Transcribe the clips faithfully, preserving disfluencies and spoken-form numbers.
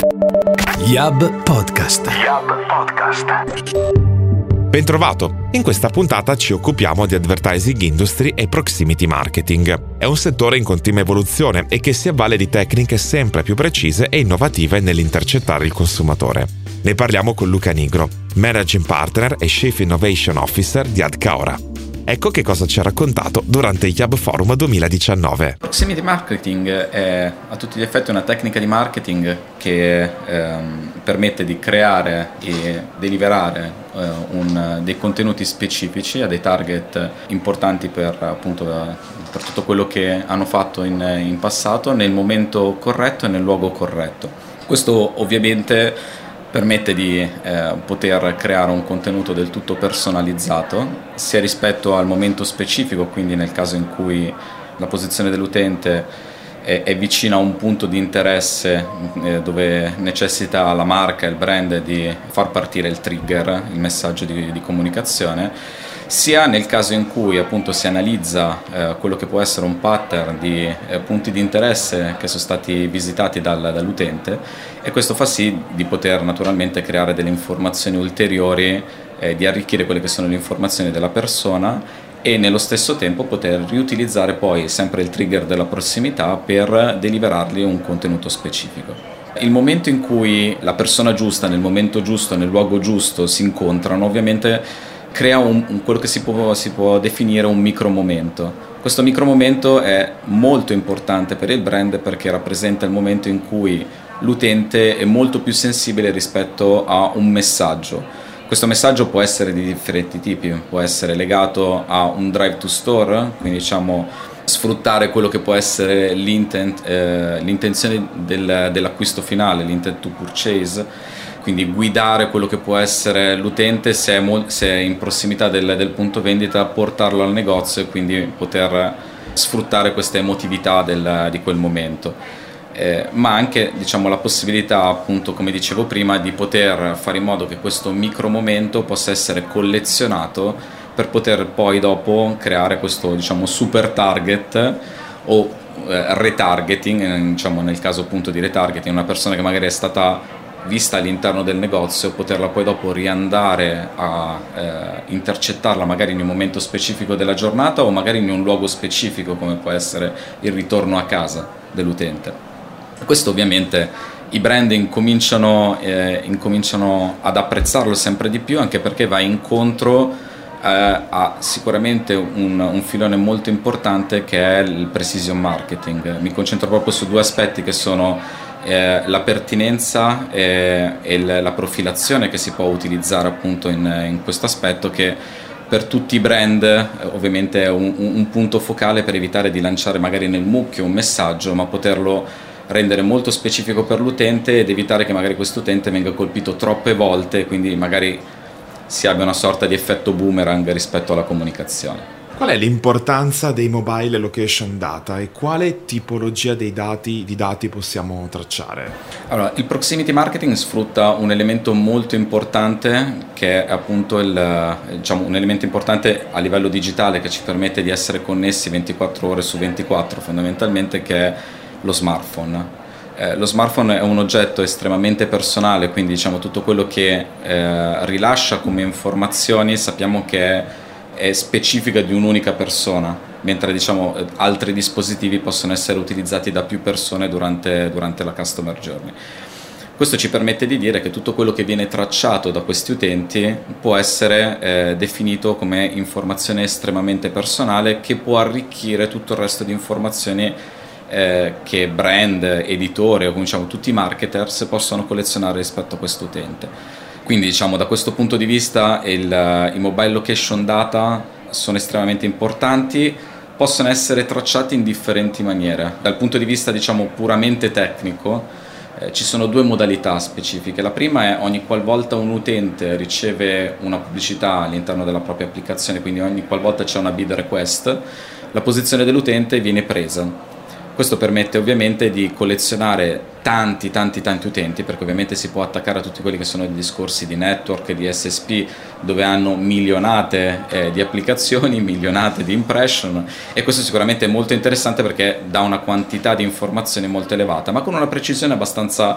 Yab Podcast. Yab Podcast. Bentrovato! In questa puntata ci occupiamo di advertising industry e proximity marketing. È un settore in continua evoluzione e che si avvale di tecniche sempre più precise e innovative nell'intercettare il consumatore. Ne parliamo con Luca Nigro, Managing Partner e Chief Innovation Officer di Adcaora. Ecco che cosa ci ha raccontato durante il Yab Forum duemiladiciannove. Proximity marketing è a tutti gli effetti una tecnica di marketing che ehm, permette di creare e deliberare eh, un, dei contenuti specifici a dei target importanti per, appunto, per tutto quello che hanno fatto in, in passato nel momento corretto e nel luogo corretto. Questo ovviamente permette di eh, poter creare un contenuto del tutto personalizzato, sia rispetto al momento specifico, quindi nel caso in cui la posizione dell'utente è, è vicina a un punto di interesse eh, dove necessita la marca e il brand di far partire il trigger, il messaggio di, di comunicazione, sia nel caso in cui appunto si analizza eh, quello che può essere un pattern di eh, punti di interesse che sono stati visitati dal, dall'utente, e questo fa sì di poter naturalmente creare delle informazioni ulteriori, eh, di arricchire quelle che sono le informazioni della persona e nello stesso tempo poter riutilizzare poi sempre il trigger della prossimità per deliberargli un contenuto specifico. Il momento in cui la persona giusta, nel momento giusto, nel luogo giusto si incontrano, ovviamente crea un, un, quello che si può, si può definire un micromomento. Questo micromomento è molto importante per il brand perché rappresenta il momento in cui l'utente è molto più sensibile rispetto a un messaggio. Questo messaggio può essere di differenti tipi, può essere legato a un drive to store, quindi diciamo sfruttare quello che può essere l'intent, eh, l'intenzione del, dell'acquisto finale, l'intent to purchase, quindi guidare quello che può essere l'utente se è, mo- se è in prossimità del, del punto vendita, portarlo al negozio e quindi poter sfruttare questa emotività del, di quel momento. Eh, ma anche diciamo la possibilità, appunto come dicevo prima, di poter fare in modo che questo micromomento possa essere collezionato per poter poi dopo creare questo diciamo super target o eh, retargeting, diciamo nel caso appunto di retargeting, una persona che magari è stata vista all'interno del negozio, poterla poi dopo riandare a eh, intercettarla magari in un momento specifico della giornata o magari in un luogo specifico come può essere il ritorno a casa dell'utente. Questo ovviamente i brand incominciano, eh, incominciano ad apprezzarlo sempre di più, anche perché va incontro eh, a sicuramente un, un filone molto importante che è il precision marketing. Mi concentro proprio su due aspetti che sono Eh, la pertinenza e, e la profilazione che si può utilizzare appunto in, in questo aspetto, che per tutti i brand eh, ovviamente è un, un punto focale per evitare di lanciare magari nel mucchio un messaggio, ma poterlo rendere molto specifico per l'utente ed evitare che magari quest'utente venga colpito troppe volte e quindi magari si abbia una sorta di effetto boomerang rispetto alla comunicazione. Qual è l'importanza dei mobile location data e quale tipologia dei dati, di dati possiamo tracciare? Allora, il proximity marketing sfrutta un elemento molto importante che è appunto il, diciamo, un elemento importante a livello digitale che ci permette di essere connessi ventiquattro ore su ventiquattro fondamentalmente, che è lo smartphone. Eh, lo smartphone è un oggetto estremamente personale, quindi diciamo tutto quello che eh, rilascia come informazioni sappiamo che è è specifica di un'unica persona, mentre diciamo altri dispositivi possono essere utilizzati da più persone durante, durante la customer journey. Questo ci permette di dire che tutto quello che viene tracciato da questi utenti può essere eh, definito come informazione estremamente personale, che può arricchire tutto il resto di informazioni eh, che brand, editore o diciamo tutti i marketers possono collezionare rispetto a questo utente. Quindi diciamo da questo punto di vista il, i mobile location data sono estremamente importanti, possono essere tracciati in differenti maniere. Dal punto di vista diciamo puramente tecnico eh, ci sono due modalità specifiche. La prima è ogni qualvolta un utente riceve una pubblicità all'interno della propria applicazione, quindi ogni qualvolta c'è una bid request, la posizione dell'utente viene presa. Questo permette ovviamente di collezionare tanti tanti tanti utenti, perché ovviamente si può attaccare a tutti quelli che sono i discorsi di network, di S S P, dove hanno milionate eh, di applicazioni, milionate di impression, e questo sicuramente è molto interessante perché dà una quantità di informazioni molto elevata, ma con una precisione abbastanza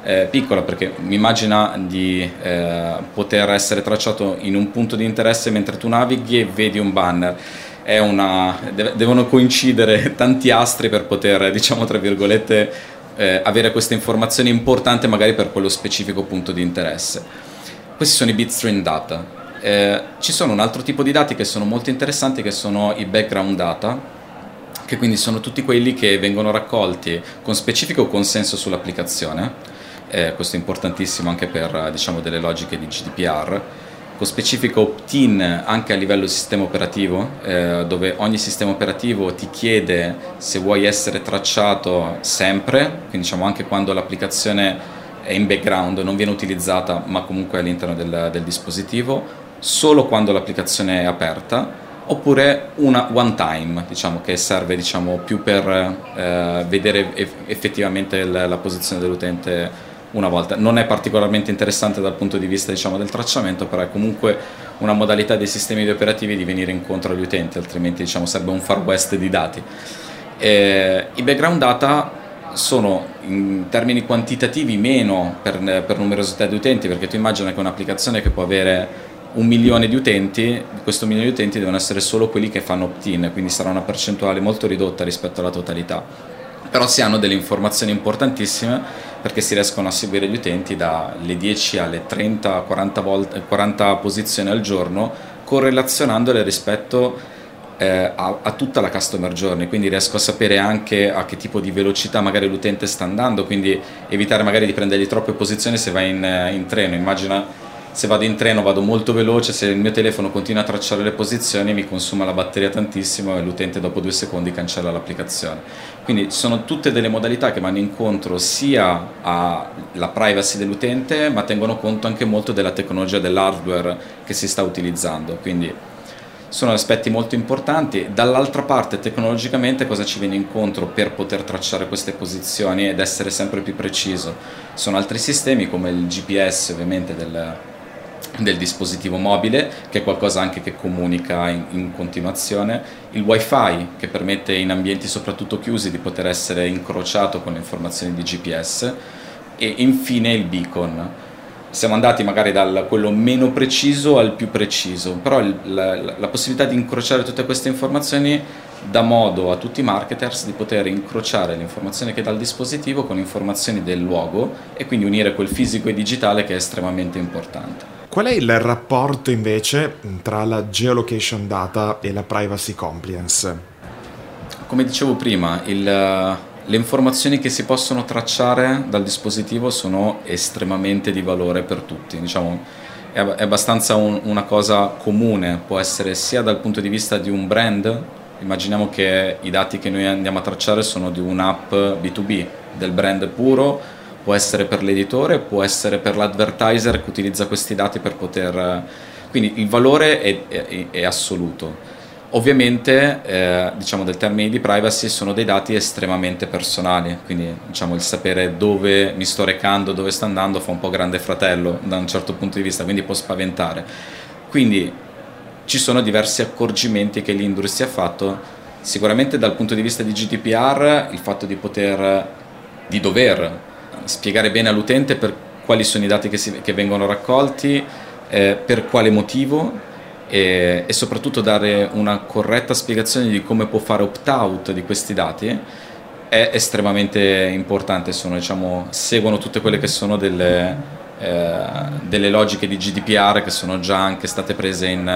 eh, piccola, perché mi immagina di eh, poter essere tracciato in un punto di interesse mentre tu navighi e vedi un banner. È una, devono coincidere tanti astri per poter, diciamo tra virgolette, eh, avere queste informazioni importanti magari per quello specifico punto di interesse. Questi sono i bitstream data. Eh, ci sono un altro tipo di dati che sono molto interessanti, che sono i background data, che quindi sono tutti quelli che vengono raccolti con specifico consenso sull'applicazione. Eh, questo è importantissimo anche per, diciamo, delle logiche di G D P R, con specifico opt-in anche a livello sistema operativo, eh, dove ogni sistema operativo ti chiede se vuoi essere tracciato sempre, quindi diciamo anche quando l'applicazione è in background, non viene utilizzata ma comunque all'interno del, del dispositivo, solo quando l'applicazione è aperta, oppure una one time, diciamo, che serve, diciamo, più per eh, vedere effettivamente la, la posizione dell'utente una volta. Non è particolarmente interessante dal punto di vista, diciamo, del tracciamento, però è comunque una modalità dei sistemi operativi di venire incontro agli utenti, altrimenti, diciamo, sarebbe un far west di dati. E i background data sono in termini quantitativi meno per, per numerosità di utenti, perché tu immagina che un'applicazione che può avere un milione di utenti, di questo milione di utenti devono essere solo quelli che fanno opt-in, quindi sarà una percentuale molto ridotta rispetto alla totalità. Però si hanno delle informazioni importantissime, perché si riescono a seguire gli utenti dalle dieci alle trenta quaranta, volte, quaranta posizioni al giorno, correlazionandole rispetto eh, a, a tutta la customer journey, quindi riesco a sapere anche a che tipo di velocità magari l'utente sta andando, quindi evitare magari di prendergli troppe posizioni se vai in, in treno. Immagina, se vado in treno vado molto veloce, se il mio telefono continua a tracciare le posizioni mi consuma la batteria tantissimo e l'utente dopo due secondi cancella l'applicazione. Quindi sono tutte delle modalità che vanno incontro sia alla privacy dell'utente, ma tengono conto anche molto della tecnologia dell'hardware che si sta utilizzando, quindi sono aspetti molto importanti. Dall'altra parte, tecnologicamente, cosa ci viene incontro per poter tracciare queste posizioni ed essere sempre più preciso? Sono altri sistemi come il G P S, ovviamente, del del dispositivo mobile, che è qualcosa anche che comunica in, in continuazione, il wifi, che permette in ambienti soprattutto chiusi di poter essere incrociato con le informazioni di G P S, e infine il beacon. Siamo andati magari da quello meno preciso al più preciso, però il, la, la possibilità di incrociare tutte queste informazioni dà modo a tutti i marketers di poter incrociare le informazioni che dà il dispositivo con informazioni del luogo e quindi unire quel fisico e digitale, che è estremamente importante. Qual è il rapporto invece tra la geolocation data e la privacy compliance? Come dicevo prima, il, le informazioni che si possono tracciare dal dispositivo sono estremamente di valore per tutti. Diciamo, è, è abbastanza un, una cosa comune, può essere sia dal punto di vista di un brand. Immaginiamo che i dati che noi andiamo a tracciare sono di un'app B due B, del brand puro. Può essere per l'editore, può essere per l'advertiser che utilizza questi dati per poter... Quindi il valore è, è, è assoluto. Ovviamente, eh, diciamo, del termine di privacy, sono dei dati estremamente personali, quindi, diciamo, il sapere dove mi sto recando, dove sto andando, fa un po' grande fratello da un certo punto di vista, quindi può spaventare. Quindi ci sono diversi accorgimenti che l'industria ha fatto. Sicuramente dal punto di vista di G D P R, il fatto di poter, di dover spiegare bene all'utente per quali sono i dati che, si, che vengono raccolti, eh, per quale motivo, e, e soprattutto dare una corretta spiegazione di come può fare opt-out di questi dati è estremamente importante. Sono, diciamo, seguono tutte quelle che sono delle, eh, delle logiche di G D P R che sono già anche state prese in,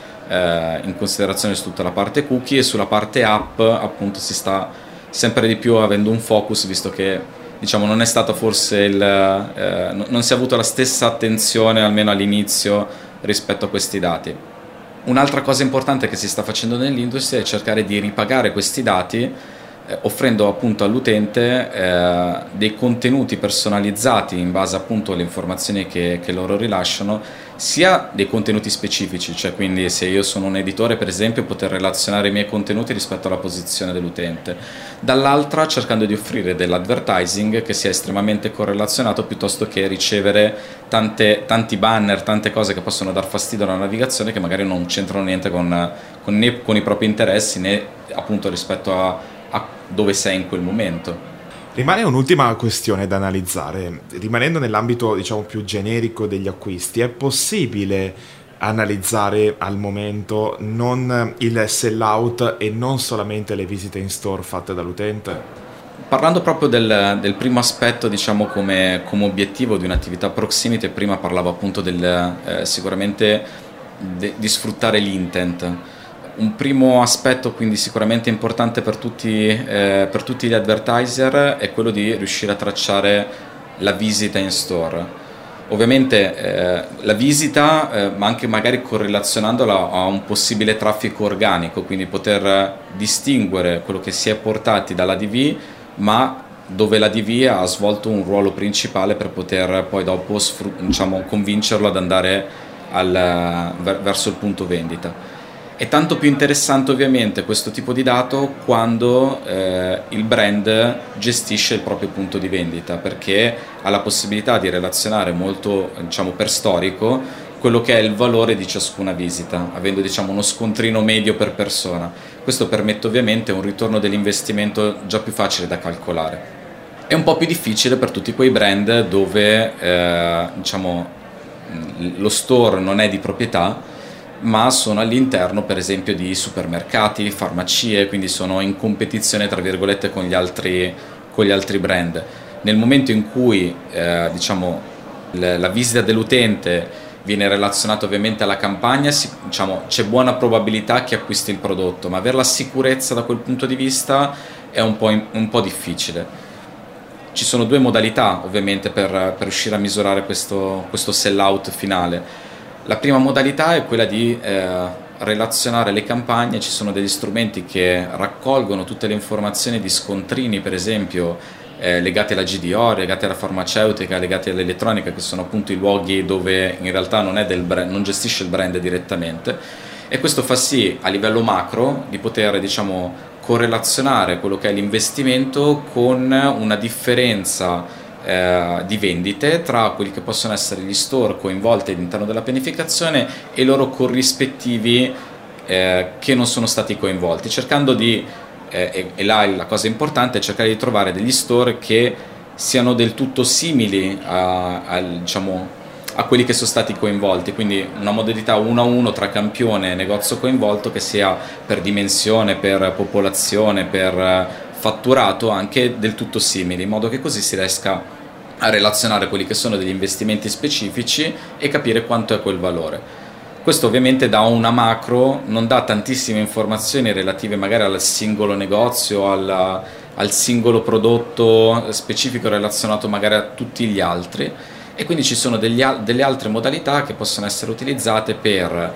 eh, in considerazione su tutta la parte cookie, e sulla parte app appunto si sta sempre di più avendo un focus, visto che, diciamo, non è stato forse il, eh, non si è avuto la stessa attenzione, almeno all'inizio, rispetto a questi dati. Un'altra cosa importante che si sta facendo nell'industria è cercare di ripagare questi dati, eh, offrendo appunto all'utente eh, dei contenuti personalizzati in base appunto alle informazioni che, che loro rilasciano, sia dei contenuti specifici, cioè quindi se io sono un editore, per esempio, poter relazionare i miei contenuti rispetto alla posizione dell'utente, dall'altra cercando di offrire dell'advertising che sia estremamente correlazionato, piuttosto che ricevere tante, tanti banner, tante cose che possono dar fastidio alla navigazione, che magari non c'entrano niente con, con, né con i propri interessi né appunto rispetto a, a dove sei in quel momento. Rimane un'ultima questione da analizzare. Rimanendo nell'ambito, diciamo, più generico degli acquisti, è possibile analizzare al momento non il sell-out e non solamente le visite in store fatte dall'utente? Parlando proprio del, del primo aspetto, diciamo, come, come obiettivo di un'attività proximity, prima parlavo appunto del eh, sicuramente de, di sfruttare l'intent. Un primo aspetto quindi sicuramente importante per tutti, eh, per tutti gli advertiser è quello di riuscire a tracciare la visita in store. Ovviamente eh, la visita, eh, ma anche magari correlazionandola a un possibile traffico organico, quindi poter distinguere quello che si è portati dalla D V, ma dove la D V ha svolto un ruolo principale per poter poi dopo sfru- diciamo, convincerlo ad andare al, ver- verso il punto vendita. È tanto più interessante ovviamente questo tipo di dato quando eh, il brand gestisce il proprio punto di vendita, perché ha la possibilità di relazionare molto, diciamo, per storico quello che è il valore di ciascuna visita, avendo, diciamo, uno scontrino medio per persona. Questo permette ovviamente un ritorno dell'investimento già più facile da calcolare. È un po' più difficile per tutti quei brand dove eh, diciamo, lo store non è di proprietà, ma sono all'interno per esempio di supermercati, farmacie, quindi sono in competizione tra virgolette con gli altri, con gli altri brand. Nel momento in cui eh, diciamo, l- la visita dell'utente viene relazionata ovviamente alla campagna, si, diciamo, c'è buona probabilità che acquisti il prodotto, ma avere la sicurezza da quel punto di vista è un po', in, un po' difficile. Ci sono due modalità ovviamente per, per riuscire a misurare questo, questo sell-out finale. La prima modalità è quella di eh, relazionare le campagne. Ci sono degli strumenti che raccolgono tutte le informazioni di scontrini, per esempio eh, legati alla G D O, legati alla farmaceutica, legati all'elettronica, che sono appunto i luoghi dove in realtà non, è del brand, non gestisce il brand direttamente, e questo fa sì a livello macro di poter, diciamo, correlazionare quello che è l'investimento con una differenza Eh, di vendite tra quelli che possono essere gli store coinvolti all'interno della pianificazione e i loro corrispettivi eh, che non sono stati coinvolti, cercando di, eh, e, e là la cosa importante è cercare di trovare degli store che siano del tutto simili a, a, diciamo, a quelli che sono stati coinvolti, quindi una modalità uno a uno tra campione e negozio coinvolto che sia per dimensione, per popolazione, per fatturato anche del tutto simili, in modo che così si riesca a relazionare quelli che sono degli investimenti specifici e capire quanto è quel valore. Questo ovviamente da una macro non dà tantissime informazioni relative magari al singolo negozio, al, al singolo prodotto specifico relazionato magari a tutti gli altri, e quindi ci sono degli, delle altre modalità che possono essere utilizzate per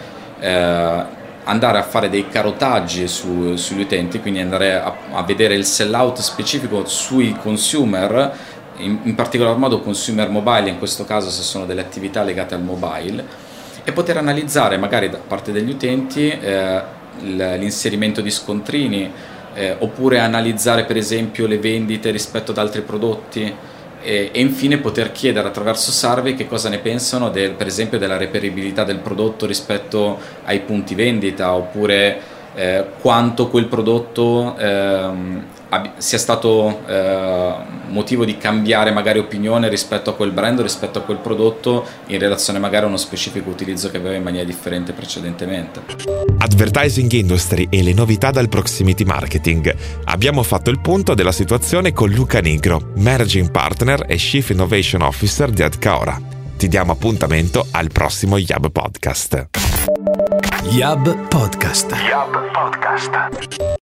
eh, andare a fare dei carotaggi su, sugli utenti, quindi andare a, a vedere il sell-out specifico sui consumer, in, in particolar modo consumer mobile, in questo caso se sono delle attività legate al mobile, e poter analizzare magari da parte degli utenti eh, l'inserimento di scontrini, eh, oppure analizzare per esempio le vendite rispetto ad altri prodotti, e, e infine poter chiedere attraverso survey che cosa ne pensano del, per esempio della reperibilità del prodotto rispetto ai punti vendita, oppure eh, quanto quel prodotto ehm, ab- sia stato eh, motivo di cambiare magari opinione rispetto a quel brand, rispetto a quel prodotto in relazione magari a uno specifico utilizzo che aveva in maniera differente precedentemente. Advertising Industry e le novità dal proximity marketing. Abbiamo fatto il punto della situazione con Luca Nigro, Managing Partner e Chief Innovation Officer di Adcaora. Ti diamo appuntamento al prossimo Yab Podcast. Yab Podcast. Yab Podcast.